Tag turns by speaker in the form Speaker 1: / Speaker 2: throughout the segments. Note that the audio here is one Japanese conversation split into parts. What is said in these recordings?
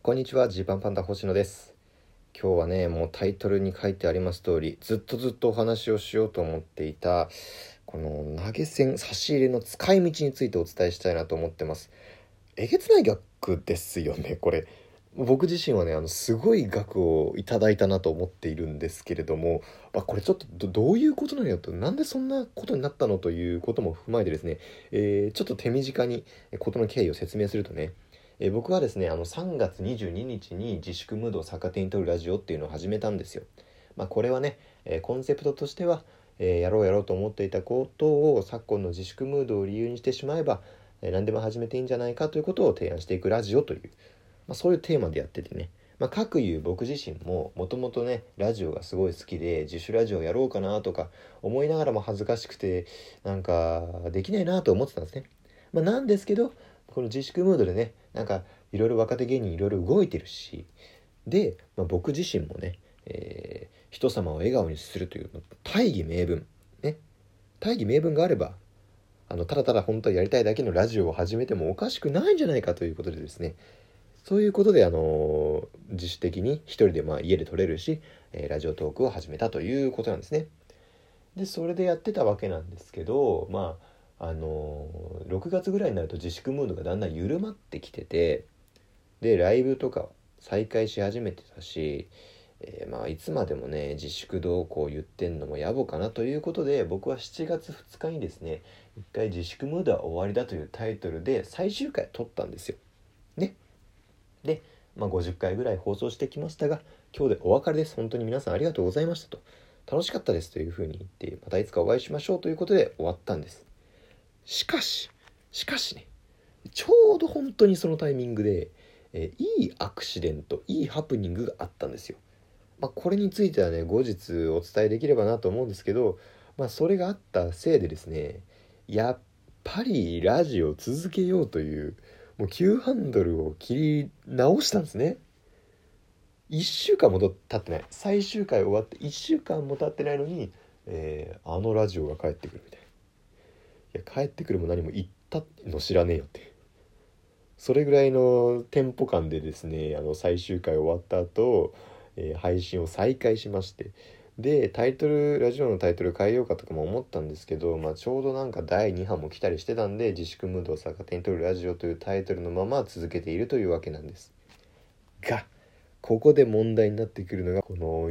Speaker 1: こんにちは、ジーパンパンダ星野です。今日はね、もうタイトルに書いてあります通り、ずっとお話をしようと思っていたこの投げ銭差し入れの使い道についてお伝えしたいなと思ってます。えげつない額ですよね、これ。僕自身はね、すごい額をいただいたなと思っているんですけれども、これちょっとどういうことなのよと、なんでそんなことになったのということも踏まえてですね、ちょっと手短に事の経緯を説明するとね、僕はですね、3月22日に自粛ムードを逆手に取るラジオっていうのを始めたんですよ。これはね、コンセプトとしては、やろうと思っていたことを昨今の自粛ムードを理由にしてしまえば、何でも始めていいんじゃないかということを提案していくラジオという、そういうテーマでやっててね、各いう僕自身ももともとねラジオがすごい好きで自主ラジオやろうかなとか思いながらも恥ずかしくてなんかできないなと思ってたんですね。なんですけどこの自粛ムードでねいろいろ若手芸人いろいろ動いてるしで、僕自身もね、人様を笑顔にするという大義名分ね、大義名分があればただただ本当はやりたいだけのラジオを始めてもおかしくないんじゃないかということでですね、そういうことで自主的に一人で家で撮れるし、ラジオトークを始めたということなんですね。でそれでやってたわけなんですけど、6月ぐらいになると自粛ムードがだんだん緩まってきてて、でライブとか再開し始めてたし、いつまでもね自粛どうこう言ってんのも野暮かなということで、僕は7月2日にですね一回自粛ムードは終わりだというタイトルで最終回撮ったんですよね。で、50回ぐらい放送してきましたが、今日でお別れです。本当に皆さんありがとうございましたと、楽しかったですというふうに言って、またいつかお会いしましょうということで終わったんです。しかしね、ちょうど本当にそのタイミングで、いいアクシデント、いいハプニングがあったんですよ。これについてはね後日お伝えできればなと思うんですけど、それがあったせいでですね、やっぱりラジオ続けようというもう急ハンドルを切り直したんですね。1週間も経ってない、最終回終わって1週間も経ってないのに、あのラジオが帰ってくるみたいな。いや帰ってくるも何も言ったの知らねえよって、それぐらいのテンポ感でですね最終回終わった後、配信を再開しまして、でラジオのタイトル変えようかとかも思ったんですけど、ちょうど第2波も来たりしてたんで、自粛ムードを逆手に取るラジオというタイトルのまま続けているというわけなんですが、ここで問題になってくるのがこの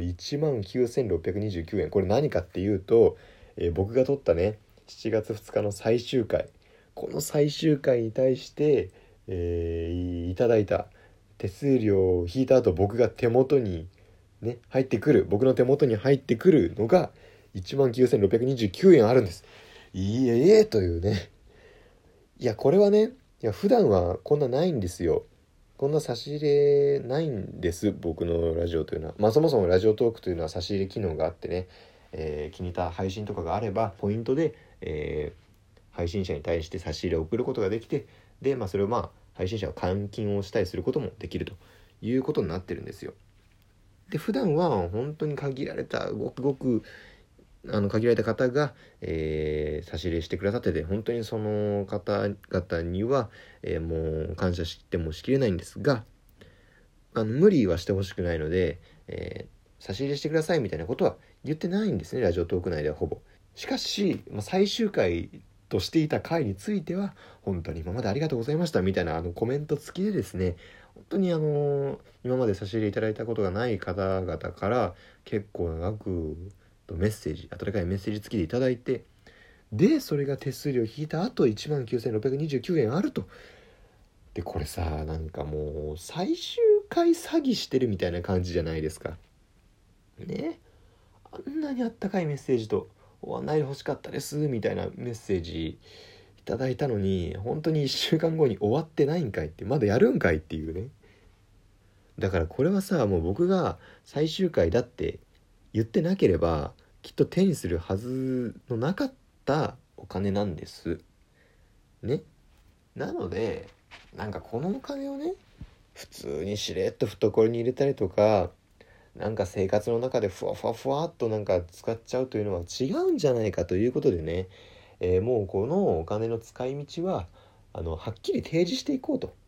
Speaker 1: 19,629円。これ何かっていうと、僕が撮ったね7月2日の最終回、この最終回に対して、いただいた手数料を引いた後僕の手元に入ってくるのが19,629円あるんです。いいえというね。いやこれはね、普段はこんなないんですよ。こんな差し入れないんです、僕のラジオというのは。そもそもラジオトークというのは差し入れ機能があってね、気に入った配信とかがあればポイントで、配信者に対して差し入れを送ることができて、でそれを配信者が換金をしたりすることもできるということになってるんですよ。で普段は本当に限られたごくごく限られた方が、差し入れしてくださってて、本当にその方々には、もう感謝してもしきれないんですが、無理はしてほしくないので、差し入れしてくださいみたいなことは言ってないんですね、ラジオトーク内ではほぼ。しかし、最終回としていた回については本当に今までありがとうございましたみたいなコメント付きでですね、本当に今まで差し入れいただいたことがない方々から結構長くメッセージ、温かいメッセージ付きでいただいて、でそれが手数料引いた後19,629円あると。でこれさもう最終回詐欺してるみたいな感じじゃないですかね。あんなにあったかいメッセージと終わんないで欲しかったですみたいなメッセージいただいたのに、本当に1週間後に終わってないんかいって、まだやるんかいっていうね。だからこれはさ、もう僕が最終回だって言ってなければきっと手にするはずのなかったお金なんですね。なのでこのお金をね普通にしれっと懐に入れたりとか生活の中でふわふわふわっと使っちゃうというのは違うんじゃないかということでね、もうこのお金の使い道ははっきり提示していこうと。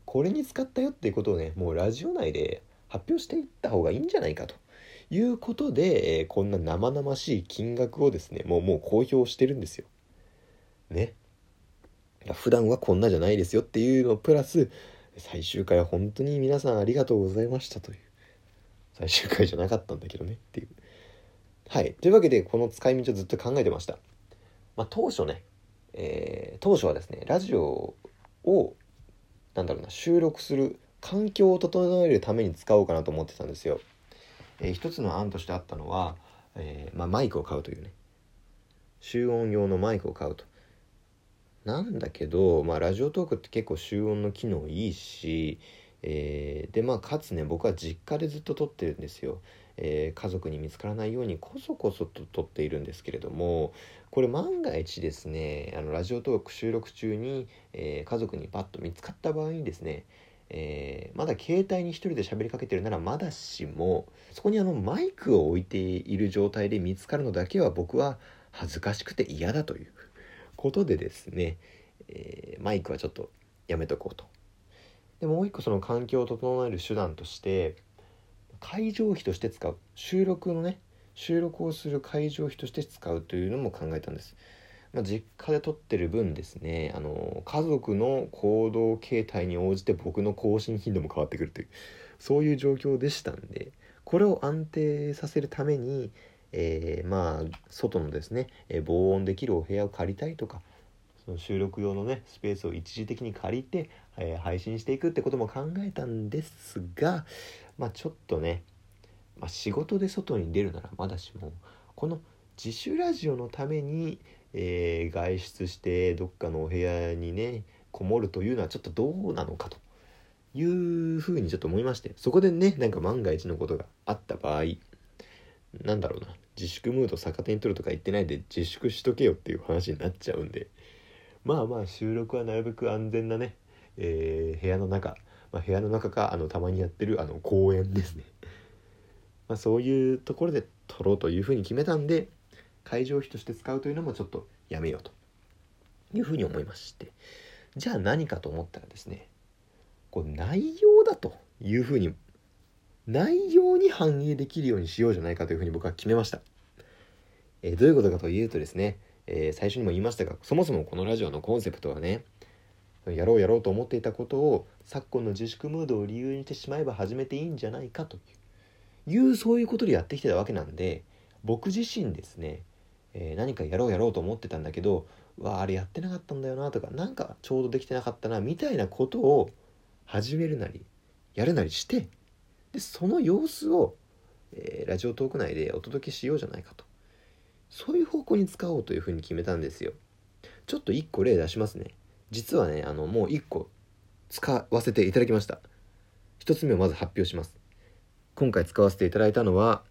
Speaker 1: これに使ったよっていうことをね、もうラジオ内で発表していった方がいいんじゃないかということで、こんな生々しい金額をですね、もう公表してるんですよ。ね。普段はこんなじゃないですよっていうのプラス、最終回は本当に皆さんありがとうございましたという、最終回じゃなかったんだけどねっていう。はい。というわけで、この使い道をずっと考えてました。当初ね、当初はですね、ラジオを収録する環境を整えるために使おうかなと思ってたんですよ。一つの案としてあったのは、マイクを買うというね、集音用のマイクを買うと。なんだけど、ラジオトークって結構集音の機能いいし、かつね、僕は実家でずっと撮ってるんですよ。家族に見つからないようにこそこそと撮っているんですけれども、これ万が一ですね、ラジオトーク収録中に、家族にパッと見つかった場合にですね、まだ携帯に一人で喋りかけてるならまだしも、そこにマイクを置いている状態で見つかるのだけは僕は恥ずかしくて嫌だということでですね、マイクはちょっとやめとこうと。でもう一個、その環境を整える手段として会場費として使う、収録をする会場費として使うというのも考えたんです。実家で撮ってる分ですね、家族の行動形態に応じて僕の更新頻度も変わってくるという、そういう状況でしたんで、これを安定させるために、外のですね、防音できるお部屋を借りたいとか、その収録用のねスペースを一時的に借りて、配信していくってことも考えたんですが、ちょっとね、仕事で外に出るならまだしも、この自主ラジオのために、外出してどっかのお部屋にねこもるというのはちょっとどうなのかというふうにちょっと思いまして、そこでね、万が一のことがあった場合、自粛ムード逆手に取るとか言ってないで自粛しとけよっていう話になっちゃうんで、収録はなるべく安全なね、部屋の中、部屋の中かたまにやってる公園ですね、そういうところで撮ろうというふうに決めたんで、会場費として使うというのもちょっとやめようというふうに思いまして、じゃあ何かと思ったらですね、内容だというふうに、内容に反映できるようにしようじゃないかというふうに僕は決めました。どういうことかというとですね、最初にも言いましたが、そもそもこのラジオのコンセプトはね、やろうと思っていたことを昨今の自粛ムードを理由にしてしまえば始めていいんじゃないかというそういうことでやってきてたわけなんで、僕自身ですね、何かやろうと思ってたんだけど、あれやってなかったんだよなとか、ちょうどできてなかったなみたいなことを始めるなりやるなりして、でその様子を、ラジオトーク内でお届けしようじゃないかと、そういう方向に使おうというふうに決めたんですよ。ちょっと1個例出しますね。実はね、もう1個使わせていただきました。1つ目をまず発表します。今回使わせていただいたのは、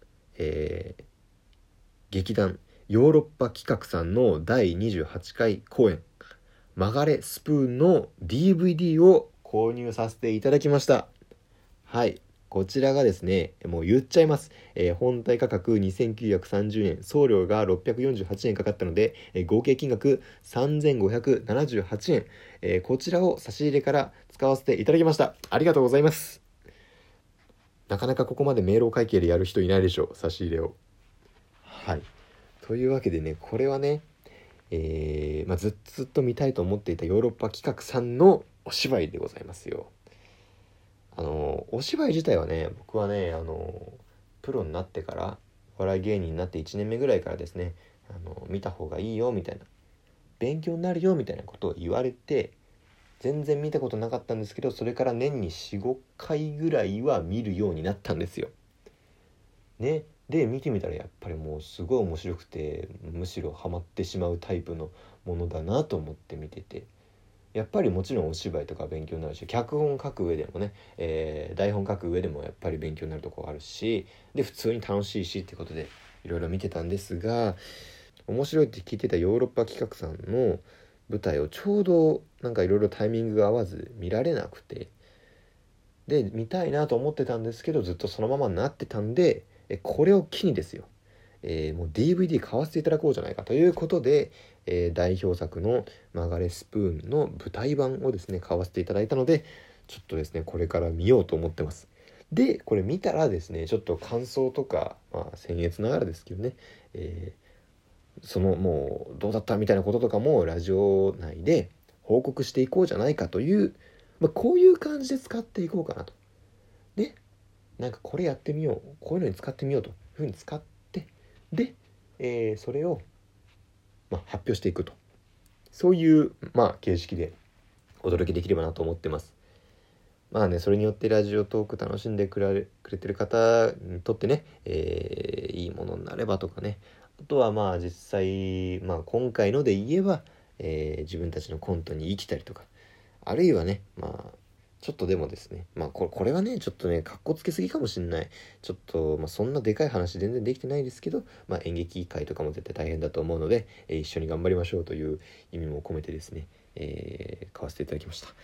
Speaker 1: 劇団ヨーロッパ企画さんの第28回公演曲がれスプーンの DVD を購入させていただきました。はい、こちらがですね、もう言っちゃいます。本体価格2930円、送料が648円かかったので、合計金額3578円、こちらを差し入れから使わせていただきました。ありがとうございます。なかなかここまで明朗会計でやる人いないでしょう、差し入れを。はい。というわけでね、これはね、ずっと見たいと思っていたヨーロッパ企画さんのお芝居でございますよ。お芝居自体はね、僕はね、プロになってから、お笑い芸人になって1年目ぐらいからですね、見た方がいいよみたいな、勉強になるよみたいなことを言われて、全然見たことなかったんですけど、それから年に 4,5 回ぐらいは見るようになったんですよ。ね。で見てみたらやっぱりもうすごい面白くて、むしろハマってしまうタイプのものだなと思って見てて、やっぱりもちろんお芝居とか勉強になるし、脚本書く上でもね、台本書く上でもやっぱり勉強になるところあるし、で普通に楽しいしってことでいろいろ見てたんですが、面白いって聞いてたヨーロッパ企画さんの舞台をちょうどいろいろタイミングが合わず見られなくて、で見たいなと思ってたんですけど、ずっとそのままになってたんで、これを機にですよ、もう DVD 買わせていただこうじゃないかということで、代表作の曲がれスプーンの舞台版をですね買わせていただいたので、 ちょっとですねこれから見ようと思ってます。でこれ見たらですねちょっと感想とか、僭越ながらですけどね、そのもうどうだったみたいなこととかもラジオ内で報告していこうじゃないかという、こういう感じで使っていこうかなと。でなんかこれやってみよう、こういうのに使ってみようというふうに使って、で、それを、発表していくと、そういう、形式でお届けできればなと思ってます。それによってラジオトーク楽しんでくれてる方にとってね、いいものになればとかね、あとは実際、今回ので言えば、自分たちのコントに生きたりとか、あるいはねちょっとでもですねこれはねちょっとねかっこつけすぎかもしんない。ちょっとそんなでかい話全然できてないですけど、演劇界とかも絶対大変だと思うので、一緒に頑張りましょうという意味も込めてですね、買わせていただきました。はい。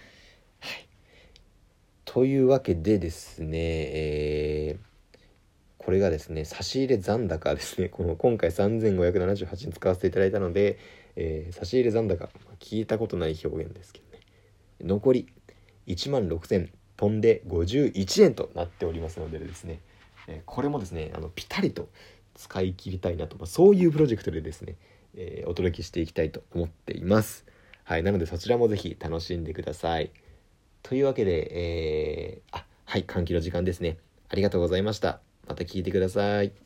Speaker 1: というわけでですね、これがですね差し入れ残高ですね。今回3578円使わせていただいたので、差し入れ残高、聞いたことない表現ですけどね、残り16,000飛んで51円となっておりますのでですね、これもですねピタリと使い切りたいなと、そういうプロジェクトでですね、お届けしていきたいと思っています。はい、なのでそちらもぜひ楽しんでください。というわけで、はい、換気の時間ですね。ありがとうございました。また聞いてください。